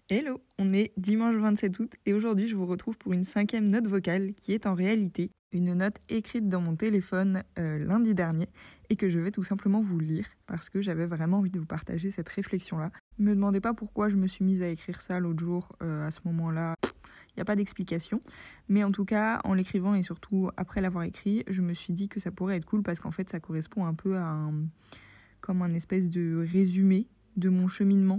Hello, on est dimanche 27 août et aujourd'hui je vous retrouve pour une 5e note vocale qui est en réalité une note écrite dans mon téléphone lundi dernier et que je vais tout simplement vous lire parce que j'avais vraiment envie de vous partager cette réflexion-là. Ne me demandez pas pourquoi je me suis mise à écrire ça l'autre jour à ce moment-là, il n'y a pas d'explication. Mais en tout cas, en l'écrivant et surtout après l'avoir écrit, je me suis dit que ça pourrait être cool parce qu'en fait ça correspond un peu à comme un espèce de résumé de mon cheminement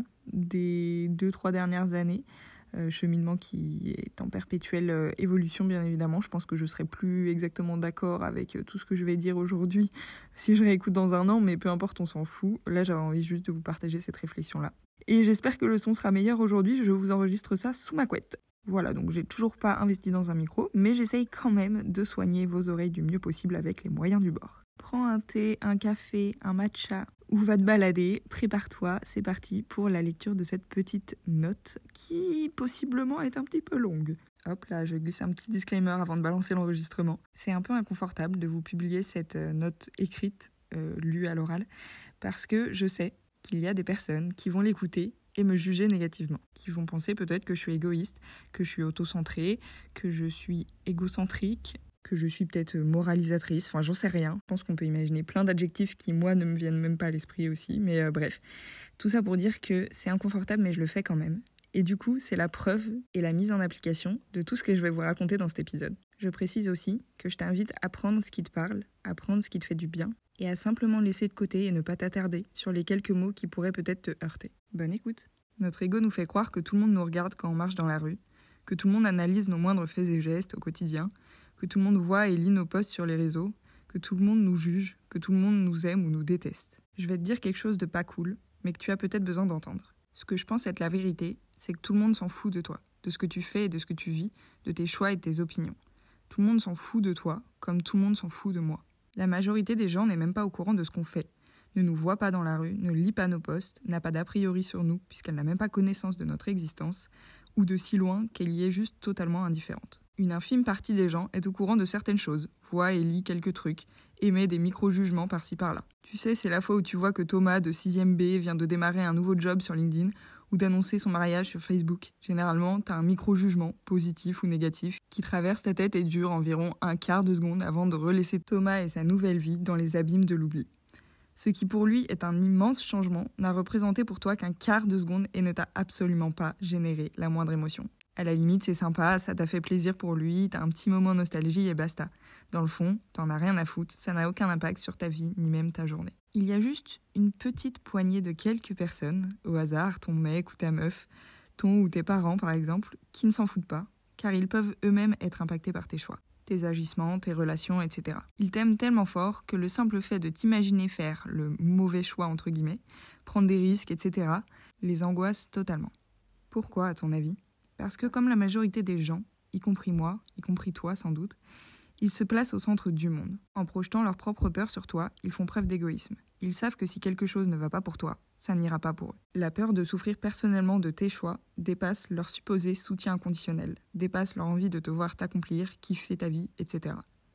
des 2-3 dernières années, cheminement qui est en perpétuelle évolution bien évidemment. Je pense que je serai plus exactement d'accord avec tout ce que je vais dire aujourd'hui si je réécoute dans un an, mais peu importe, on s'en fout. Là j'avais envie juste de vous partager cette réflexion-là. Et j'espère que le son sera meilleur aujourd'hui, je vous enregistre ça sous ma couette. Voilà, donc j'ai toujours pas investi dans un micro, mais j'essaye quand même de soigner vos oreilles du mieux possible avec les moyens du bord. Prends un thé, un café, un matcha ou va te balader, prépare-toi, c'est parti pour la lecture de cette petite note qui possiblement est un petit peu longue. Hop là, je glisse un petit disclaimer avant de balancer l'enregistrement. C'est un peu inconfortable de vous publier cette note écrite, lue à l'oral, parce que je sais qu'il y a des personnes qui vont l'écouter et me juger négativement, qui vont penser peut-être que je suis égoïste, que je suis autocentrée, que je suis égocentrique, que je suis peut-être moralisatrice, enfin j'en sais rien. Je pense qu'on peut imaginer plein d'adjectifs qui moi ne me viennent même pas à l'esprit aussi, mais bref. Tout ça pour dire que c'est inconfortable mais je le fais quand même. Et du coup, c'est la preuve et la mise en application de tout ce que je vais vous raconter dans cet épisode. Je précise aussi que je t'invite à prendre ce qui te parle, à prendre ce qui te fait du bien, et à simplement laisser de côté et ne pas t'attarder sur les quelques mots qui pourraient peut-être te heurter. Bonne écoute. Notre ego nous fait croire que tout le monde nous regarde quand on marche dans la rue, que tout le monde analyse nos moindres faits et gestes au quotidien, que tout le monde voit et lit nos posts sur les réseaux, que tout le monde nous juge, que tout le monde nous aime ou nous déteste. Je vais te dire quelque chose de pas cool, mais que tu as peut-être besoin d'entendre. Ce que je pense être la vérité, c'est que tout le monde s'en fout de toi, de ce que tu fais et de ce que tu vis, de tes choix et de tes opinions. Tout le monde s'en fout de toi, comme tout le monde s'en fout de moi. La majorité des gens n'est même pas au courant de ce qu'on fait, ne nous voit pas dans la rue, ne lit pas nos posts, n'a pas d'a priori sur nous puisqu'elle n'a même pas connaissance de notre existence, ou de si loin qu'elle y est juste totalement indifférente. Une infime partie des gens est au courant de certaines choses, voit et lit quelques trucs, émet des micro-jugements par-ci par-là. Tu sais, c'est la fois où tu vois que Thomas de 6e B vient de démarrer un nouveau job sur LinkedIn ou d'annoncer son mariage sur Facebook. Généralement, t'as un micro-jugement, positif ou négatif, qui traverse ta tête et dure environ un quart de seconde avant de relaisser Thomas et sa nouvelle vie dans les abîmes de l'oubli. Ce qui pour lui est un immense changement n'a représenté pour toi qu'un quart de seconde et ne t'a absolument pas généré la moindre émotion. À la limite, c'est sympa, ça t'a fait plaisir pour lui, t'as un petit moment nostalgie et basta. Dans le fond, t'en as rien à foutre, ça n'a aucun impact sur ta vie ni même ta journée. Il y a juste une petite poignée de quelques personnes, au hasard, ton mec ou ta meuf, ton ou tes parents par exemple, qui ne s'en foutent pas, car ils peuvent eux-mêmes être impactés par tes choix, tes agissements, tes relations, etc. Ils t'aiment tellement fort que le simple fait de t'imaginer faire le mauvais choix entre guillemets, prendre des risques, etc., les angoisse totalement. Pourquoi à ton avis ? Parce que comme la majorité des gens, y compris moi, y compris toi sans doute, ils se placent au centre du monde. En projetant leur propre peur sur toi, ils font preuve d'égoïsme. Ils savent que si quelque chose ne va pas pour toi, ça n'ira pas pour eux. La peur de souffrir personnellement de tes choix dépasse leur supposé soutien inconditionnel, dépasse leur envie de te voir t'accomplir, kiffer ta vie, etc.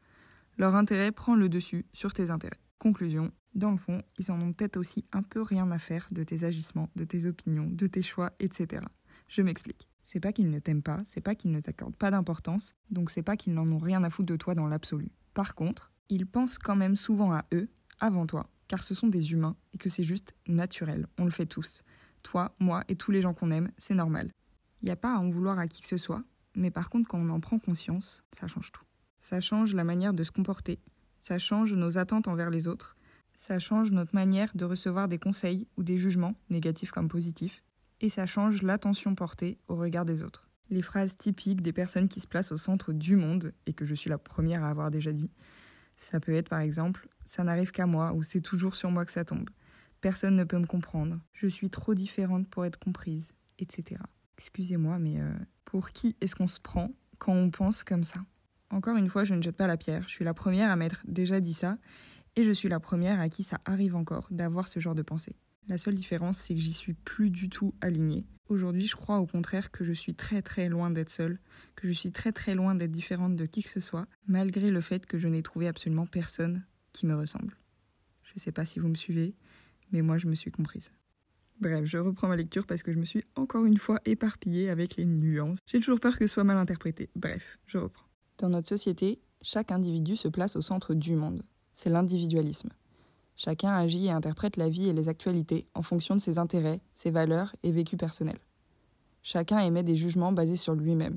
Leur intérêt prend le dessus sur tes intérêts. Conclusion, dans le fond, ils en ont peut-être aussi un peu rien à faire de tes agissements, de tes opinions, de tes choix, etc. Je m'explique. C'est pas qu'ils ne t'aiment pas, c'est pas qu'ils ne t'accordent pas d'importance, donc c'est pas qu'ils n'en ont rien à foutre de toi dans l'absolu. Par contre, ils pensent quand même souvent à eux, avant toi, car ce sont des humains et que c'est juste naturel, on le fait tous. Toi, moi et tous les gens qu'on aime, c'est normal. Il n'y a pas à en vouloir à qui que ce soit, mais par contre quand on en prend conscience, ça change tout. Ça change la manière de se comporter, ça change nos attentes envers les autres, ça change notre manière de recevoir des conseils ou des jugements, négatifs comme positifs, et ça change l'attention portée au regard des autres. Les phrases typiques des personnes qui se placent au centre du monde, et que je suis la première à avoir déjà dit, ça peut être par exemple « ça n'arrive qu'à moi » ou « c'est toujours sur moi que ça tombe »,« personne ne peut me comprendre »,« je suis trop différente pour être comprise », etc. Excusez-moi, mais pour qui est-ce qu'on se prend quand on pense comme ça ? Encore une fois, je ne jette pas la pierre, je suis la première à m'être déjà dit ça, et je suis la première à qui ça arrive encore d'avoir ce genre de pensée. La seule différence, c'est que j'y suis plus du tout alignée. Aujourd'hui, je crois au contraire que je suis très très loin d'être seule, que je suis très très loin d'être différente de qui que ce soit, malgré le fait que je n'ai trouvé absolument personne qui me ressemble. Je sais pas si vous me suivez, mais moi je me suis comprise. Bref, je reprends ma lecture parce que je me suis encore une fois éparpillée avec les nuances. J'ai toujours peur que ce soit mal interprété. Bref, je reprends. Dans notre société, chaque individu se place au centre du monde. C'est l'individualisme. Chacun agit et interprète la vie et les actualités en fonction de ses intérêts, ses valeurs et vécus personnels. Chacun émet des jugements basés sur lui-même.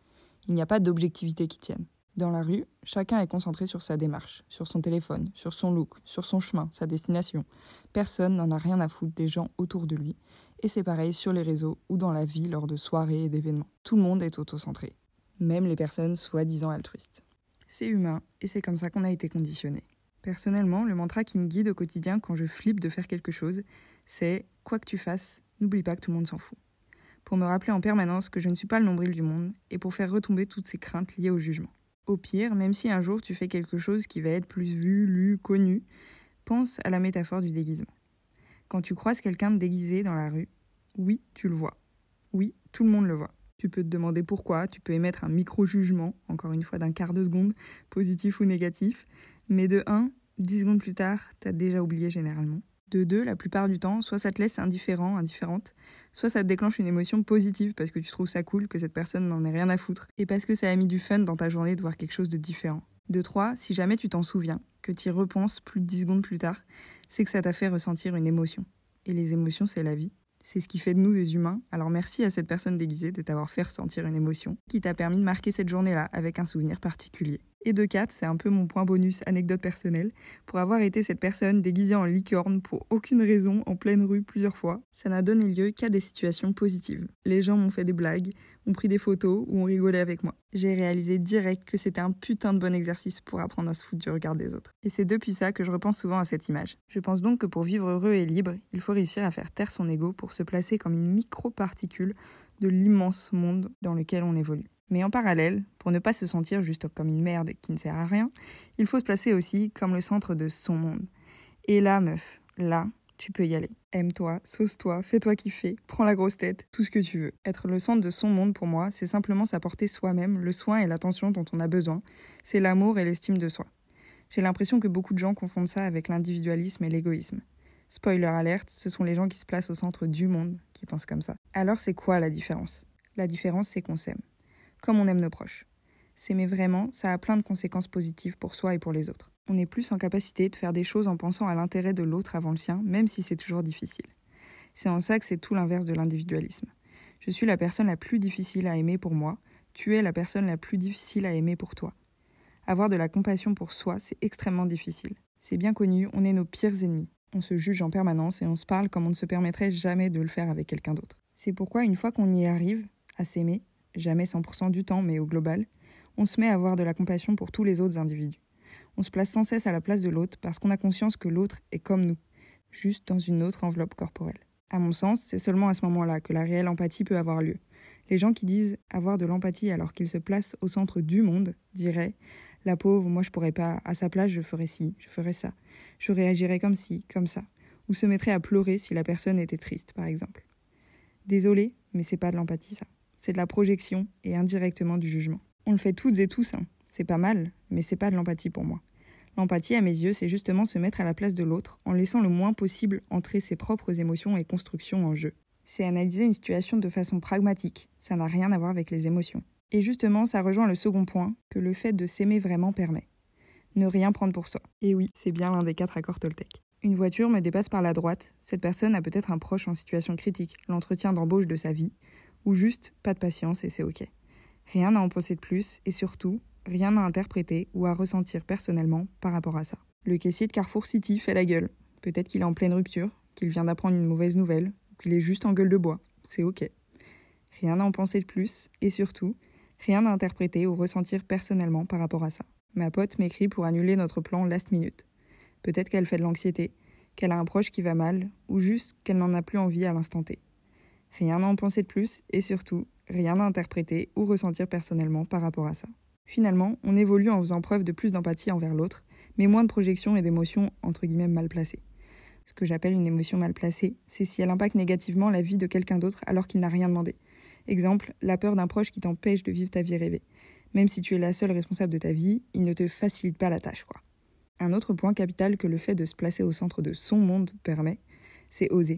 Il n'y a pas d'objectivité qui tienne. Dans la rue, chacun est concentré sur sa démarche, sur son téléphone, sur son look, sur son chemin, sa destination. Personne n'en a rien à foutre des gens autour de lui. Et c'est pareil sur les réseaux ou dans la vie lors de soirées et d'événements. Tout le monde est autocentré, même les personnes soi-disant altruistes. C'est humain et c'est comme ça qu'on a été conditionné. Personnellement, le mantra qui me guide au quotidien quand je flippe de faire quelque chose, c'est « quoi que tu fasses, n'oublie pas que tout le monde s'en fout ». Pour me rappeler en permanence que je ne suis pas le nombril du monde et pour faire retomber toutes ces craintes liées au jugement. Au pire, même si un jour tu fais quelque chose qui va être plus vu, lu, connu, pense à la métaphore du déguisement. Quand tu croises quelqu'un de déguisé dans la rue, oui, tu le vois. Oui, tout le monde le voit. Tu peux te demander pourquoi, tu peux émettre un micro-jugement, encore une fois d'un quart de seconde, positif ou négatif, mais de 1, 10 secondes plus tard, t'as déjà oublié généralement. De 2, la plupart du temps, soit ça te laisse indifférent, indifférente, soit ça te déclenche une émotion positive parce que tu trouves ça cool que cette personne n'en ait rien à foutre et parce que ça a mis du fun dans ta journée de voir quelque chose de différent. De 3, si jamais tu t'en souviens, que tu y repenses plus de 10 secondes plus tard, c'est que ça t'a fait ressentir une émotion. Et les émotions, c'est la vie. C'est ce qui fait de nous des humains, alors merci à cette personne déguisée de t'avoir fait ressentir une émotion qui t'a permis de marquer cette journée-là avec un souvenir particulier. Et de 4, c'est un peu mon point bonus anecdote personnelle, pour avoir été cette personne déguisée en licorne pour aucune raison en pleine rue plusieurs fois, ça n'a donné lieu qu'à des situations positives. Les gens m'ont fait des blagues, ont pris des photos ou ont rigolé avec moi. J'ai réalisé direct que c'était un putain de bon exercice pour apprendre à se foutre du regard des autres. Et c'est depuis ça que je repense souvent à cette image. Je pense donc que pour vivre heureux et libre, il faut réussir à faire taire son ego pour se placer comme une micro-particule de l'immense monde dans lequel on évolue. Mais en parallèle, pour ne pas se sentir juste comme une merde qui ne sert à rien, il faut se placer aussi comme le centre de son monde. Et là, meuf, là, tu peux y aller. Aime-toi, sauce-toi, fais-toi kiffer, prends la grosse tête, tout ce que tu veux. Être le centre de son monde, pour moi, c'est simplement s'apporter soi-même le soin et l'attention dont on a besoin. C'est l'amour et l'estime de soi. J'ai l'impression que beaucoup de gens confondent ça avec l'individualisme et l'égoïsme. Spoiler alerte, ce sont les gens qui se placent au centre du monde qui pensent comme ça. Alors c'est quoi la différence ? La différence, c'est qu'on s'aime. Comme on aime nos proches. S'aimer vraiment, ça a plein de conséquences positives pour soi et pour les autres. On est plus en capacité de faire des choses en pensant à l'intérêt de l'autre avant le sien, même si c'est toujours difficile. C'est en ça que c'est tout l'inverse de l'individualisme. Je suis la personne la plus difficile à aimer pour moi, tu es la personne la plus difficile à aimer pour toi. Avoir de la compassion pour soi, c'est extrêmement difficile. C'est bien connu, on est nos pires ennemis. On se juge en permanence et on se parle comme on ne se permettrait jamais de le faire avec quelqu'un d'autre. C'est pourquoi une fois qu'on y arrive, à s'aimer, jamais 100% du temps, mais au global, on se met à avoir de la compassion pour tous les autres individus. On se place sans cesse à la place de l'autre parce qu'on a conscience que l'autre est comme nous, juste dans une autre enveloppe corporelle. À mon sens, c'est seulement à ce moment-là que la réelle empathie peut avoir lieu. Les gens qui disent avoir de l'empathie alors qu'ils se placent au centre du monde diraient « La pauvre, moi je pourrais pas, à sa place je ferais ci, je ferais ça, je réagirais comme ci, comme ça », ou se mettraient à pleurer si la personne était triste, par exemple. Désolé, mais c'est pas de l'empathie ça. C'est de la projection et indirectement du jugement. On le fait toutes et tous, hein. C'est pas mal, mais c'est pas de l'empathie pour moi. L'empathie, à mes yeux, c'est justement se mettre à la place de l'autre en laissant le moins possible entrer ses propres émotions et constructions en jeu. C'est analyser une situation de façon pragmatique, ça n'a rien à voir avec les émotions. Et justement, ça rejoint le second point que le fait de s'aimer vraiment permet. Ne rien prendre pour soi. Et oui, c'est bien l'un des 4 accords Toltec. Une voiture me dépasse par la droite, cette personne a peut-être un proche en situation critique, l'entretien d'embauche de sa vie, ou juste pas de patience et c'est ok. Rien à en penser de plus et surtout, rien à interpréter ou à ressentir personnellement par rapport à ça. Le caissier de Carrefour City fait la gueule. Peut-être qu'il est en pleine rupture, qu'il vient d'apprendre une mauvaise nouvelle, ou qu'il est juste en gueule de bois. C'est ok. Rien à en penser de plus et surtout, rien à interpréter ou ressentir personnellement par rapport à ça. Ma pote m'écrit pour annuler notre plan last minute. Peut-être qu'elle fait de l'anxiété, qu'elle a un proche qui va mal, ou juste qu'elle n'en a plus envie à l'instant T. Rien à en penser de plus et surtout, rien à interpréter ou ressentir personnellement par rapport à ça. Finalement, on évolue en faisant preuve de plus d'empathie envers l'autre, mais moins de projection et d'émotions entre guillemets mal placées. Ce que j'appelle une émotion mal placée, c'est si elle impacte négativement la vie de quelqu'un d'autre alors qu'il n'a rien demandé. Exemple, la peur d'un proche qui t'empêche de vivre ta vie rêvée. Même si tu es la seule responsable de ta vie, il ne te facilite pas la tâche, quoi. Un autre point capital que le fait de se placer au centre de son monde permet, c'est oser.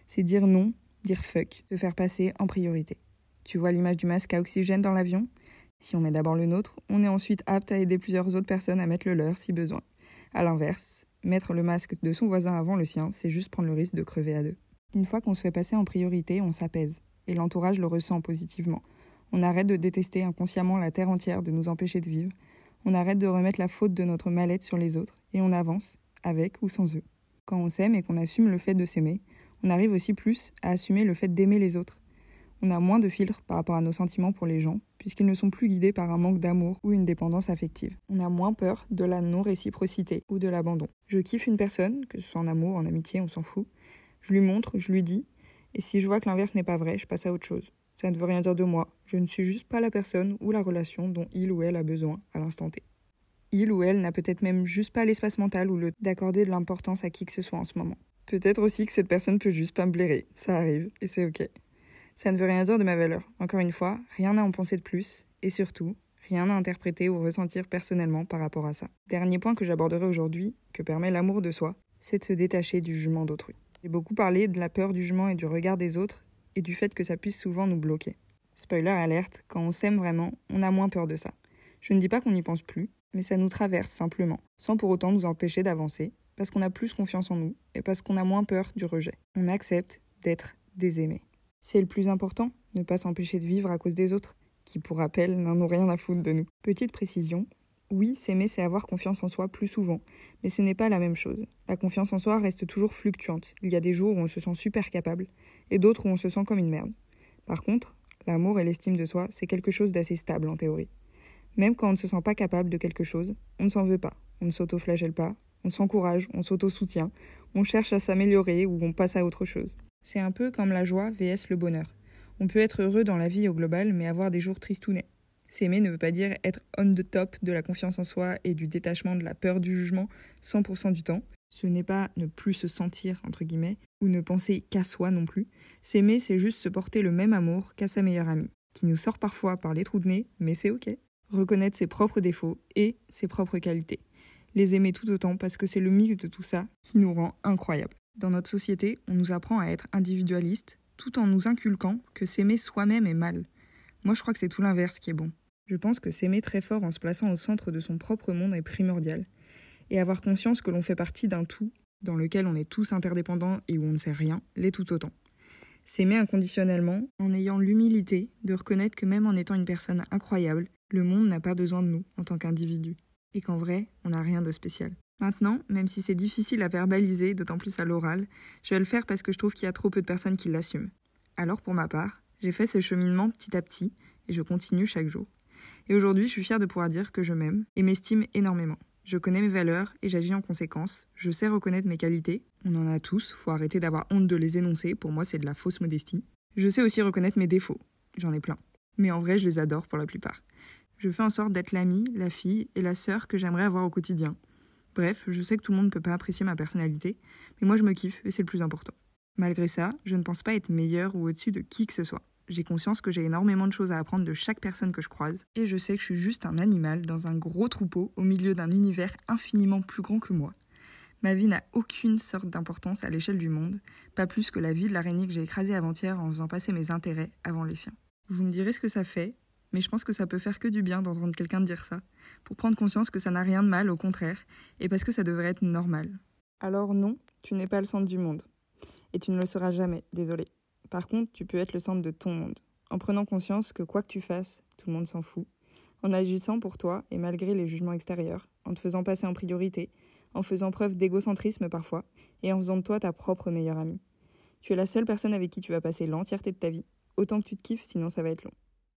C'est dire non, dire fuck, te faire passer en priorité. Tu vois l'image du masque à oxygène dans l'avion ? Si on met d'abord le nôtre, on est ensuite apte à aider plusieurs autres personnes à mettre le leur si besoin. A l'inverse, mettre le masque de son voisin avant le sien, c'est juste prendre le risque de crever à deux. Une fois qu'on se fait passer en priorité, on s'apaise, et l'entourage le ressent positivement. On arrête de détester inconsciemment la terre entière de nous empêcher de vivre, on arrête de remettre la faute de notre mal-être sur les autres, et on avance, avec ou sans eux. Quand on s'aime et qu'on assume le fait de s'aimer, on arrive aussi plus à assumer le fait d'aimer les autres. On a moins de filtres par rapport à nos sentiments pour les gens, puisqu'ils ne sont plus guidés par un manque d'amour ou une dépendance affective. On a moins peur de la non-réciprocité ou de l'abandon. Je kiffe une personne, que ce soit en amour, en amitié, on s'en fout. Je lui montre, je lui dis, et si je vois que l'inverse n'est pas vrai, je passe à autre chose. Ça ne veut rien dire de moi, je ne suis juste pas la personne ou la relation dont il ou elle a besoin à l'instant T. Il ou elle n'a peut-être même juste pas l'espace mental ou d'accorder de l'importance à qui que ce soit en ce moment. Peut-être aussi que cette personne peut juste pas me blairer, ça arrive, et c'est ok. Ça ne veut rien dire de ma valeur. Encore une fois, rien à en penser de plus, et surtout, rien à interpréter ou ressentir personnellement par rapport à ça. Dernier point que j'aborderai aujourd'hui, que permet l'amour de soi, c'est de se détacher du jugement d'autrui. J'ai beaucoup parlé de la peur du jugement et du regard des autres, et du fait que ça puisse souvent nous bloquer. Spoiler alerte, quand on s'aime vraiment, on a moins peur de ça. Je ne dis pas qu'on n'y pense plus, mais ça nous traverse simplement, sans pour autant nous empêcher d'avancer, parce qu'on a plus confiance en nous, et parce qu'on a moins peur du rejet. On accepte d'être désaimé. C'est le plus important, ne pas s'empêcher de vivre à cause des autres, qui pour rappel n'en ont rien à foutre de nous. Petite précision, oui, s'aimer c'est avoir confiance en soi plus souvent, mais ce n'est pas la même chose. La confiance en soi reste toujours fluctuante, il y a des jours où on se sent super capable, et d'autres où on se sent comme une merde. Par contre, l'amour et l'estime de soi, c'est quelque chose d'assez stable en théorie. Même quand on ne se sent pas capable de quelque chose, on ne s'en veut pas, on ne s'auto-flagelle pas, on s'encourage, on s'auto-soutient, on cherche à s'améliorer ou on passe à autre chose. C'est un peu comme la joie vs le bonheur. On peut être heureux dans la vie au global, mais avoir des jours tristounets. S'aimer ne veut pas dire être on the top de la confiance en soi et du détachement de la peur du jugement 100% du temps. Ce n'est pas ne plus se sentir, entre guillemets, ou ne penser qu'à soi non plus. S'aimer, c'est juste se porter le même amour qu'à sa meilleure amie, qui nous sort parfois par les trous de nez, mais c'est ok. Reconnaître ses propres défauts et ses propres qualités. Les aimer tout autant parce que c'est le mix de tout ça qui nous rend incroyables. Dans notre société, on nous apprend à être individualiste, tout en nous inculquant que s'aimer soi-même est mal. Moi, je crois que c'est tout l'inverse qui est bon. Je pense que s'aimer très fort en se plaçant au centre de son propre monde est primordial. Et avoir conscience que l'on fait partie d'un tout, dans lequel on est tous interdépendants et où on ne sait rien, l'est tout autant. S'aimer inconditionnellement, en ayant l'humilité de reconnaître que même en étant une personne incroyable, le monde n'a pas besoin de nous en tant qu'individu. Et qu'en vrai, on n'a rien de spécial. Maintenant, même si c'est difficile à verbaliser, d'autant plus à l'oral, je vais le faire parce que je trouve qu'il y a trop peu de personnes qui l'assument. Alors pour ma part, j'ai fait ce cheminement petit à petit et je continue chaque jour. Et aujourd'hui, je suis fière de pouvoir dire que je m'aime et m'estime énormément. Je connais mes valeurs et j'agis en conséquence. Je sais reconnaître mes qualités. On en a tous, faut arrêter d'avoir honte de les énoncer. Pour moi, c'est de la fausse modestie. Je sais aussi reconnaître mes défauts. J'en ai plein. Mais en vrai, je les adore pour la plupart. Je fais en sorte d'être l'amie, la fille et la sœur que j'aimerais avoir au quotidien. Bref, je sais que tout le monde ne peut pas apprécier ma personnalité, mais moi je me kiffe et c'est le plus important. Malgré ça, je ne pense pas être meilleure ou au-dessus de qui que ce soit. J'ai conscience que j'ai énormément de choses à apprendre de chaque personne que je croise, et je sais que je suis juste un animal dans un gros troupeau au milieu d'un univers infiniment plus grand que moi. Ma vie n'a aucune sorte d'importance à l'échelle du monde, pas plus que la vie de l'araignée que j'ai écrasée avant-hier en faisant passer mes intérêts avant les siens. Vous me direz ce que ça fait, mais je pense que ça peut faire que du bien d'entendre quelqu'un dire ça, pour prendre conscience que ça n'a rien de mal, au contraire, et parce que ça devrait être normal. Alors non, tu n'es pas le centre du monde. Et tu ne le seras jamais, désolé. Par contre, tu peux être le centre de ton monde, en prenant conscience que quoi que tu fasses, tout le monde s'en fout, en agissant pour toi et malgré les jugements extérieurs, en te faisant passer en priorité, en faisant preuve d'égocentrisme parfois, et en faisant de toi ta propre meilleure amie. Tu es la seule personne avec qui tu vas passer l'entièreté de ta vie, autant que tu te kiffes, sinon ça va être long.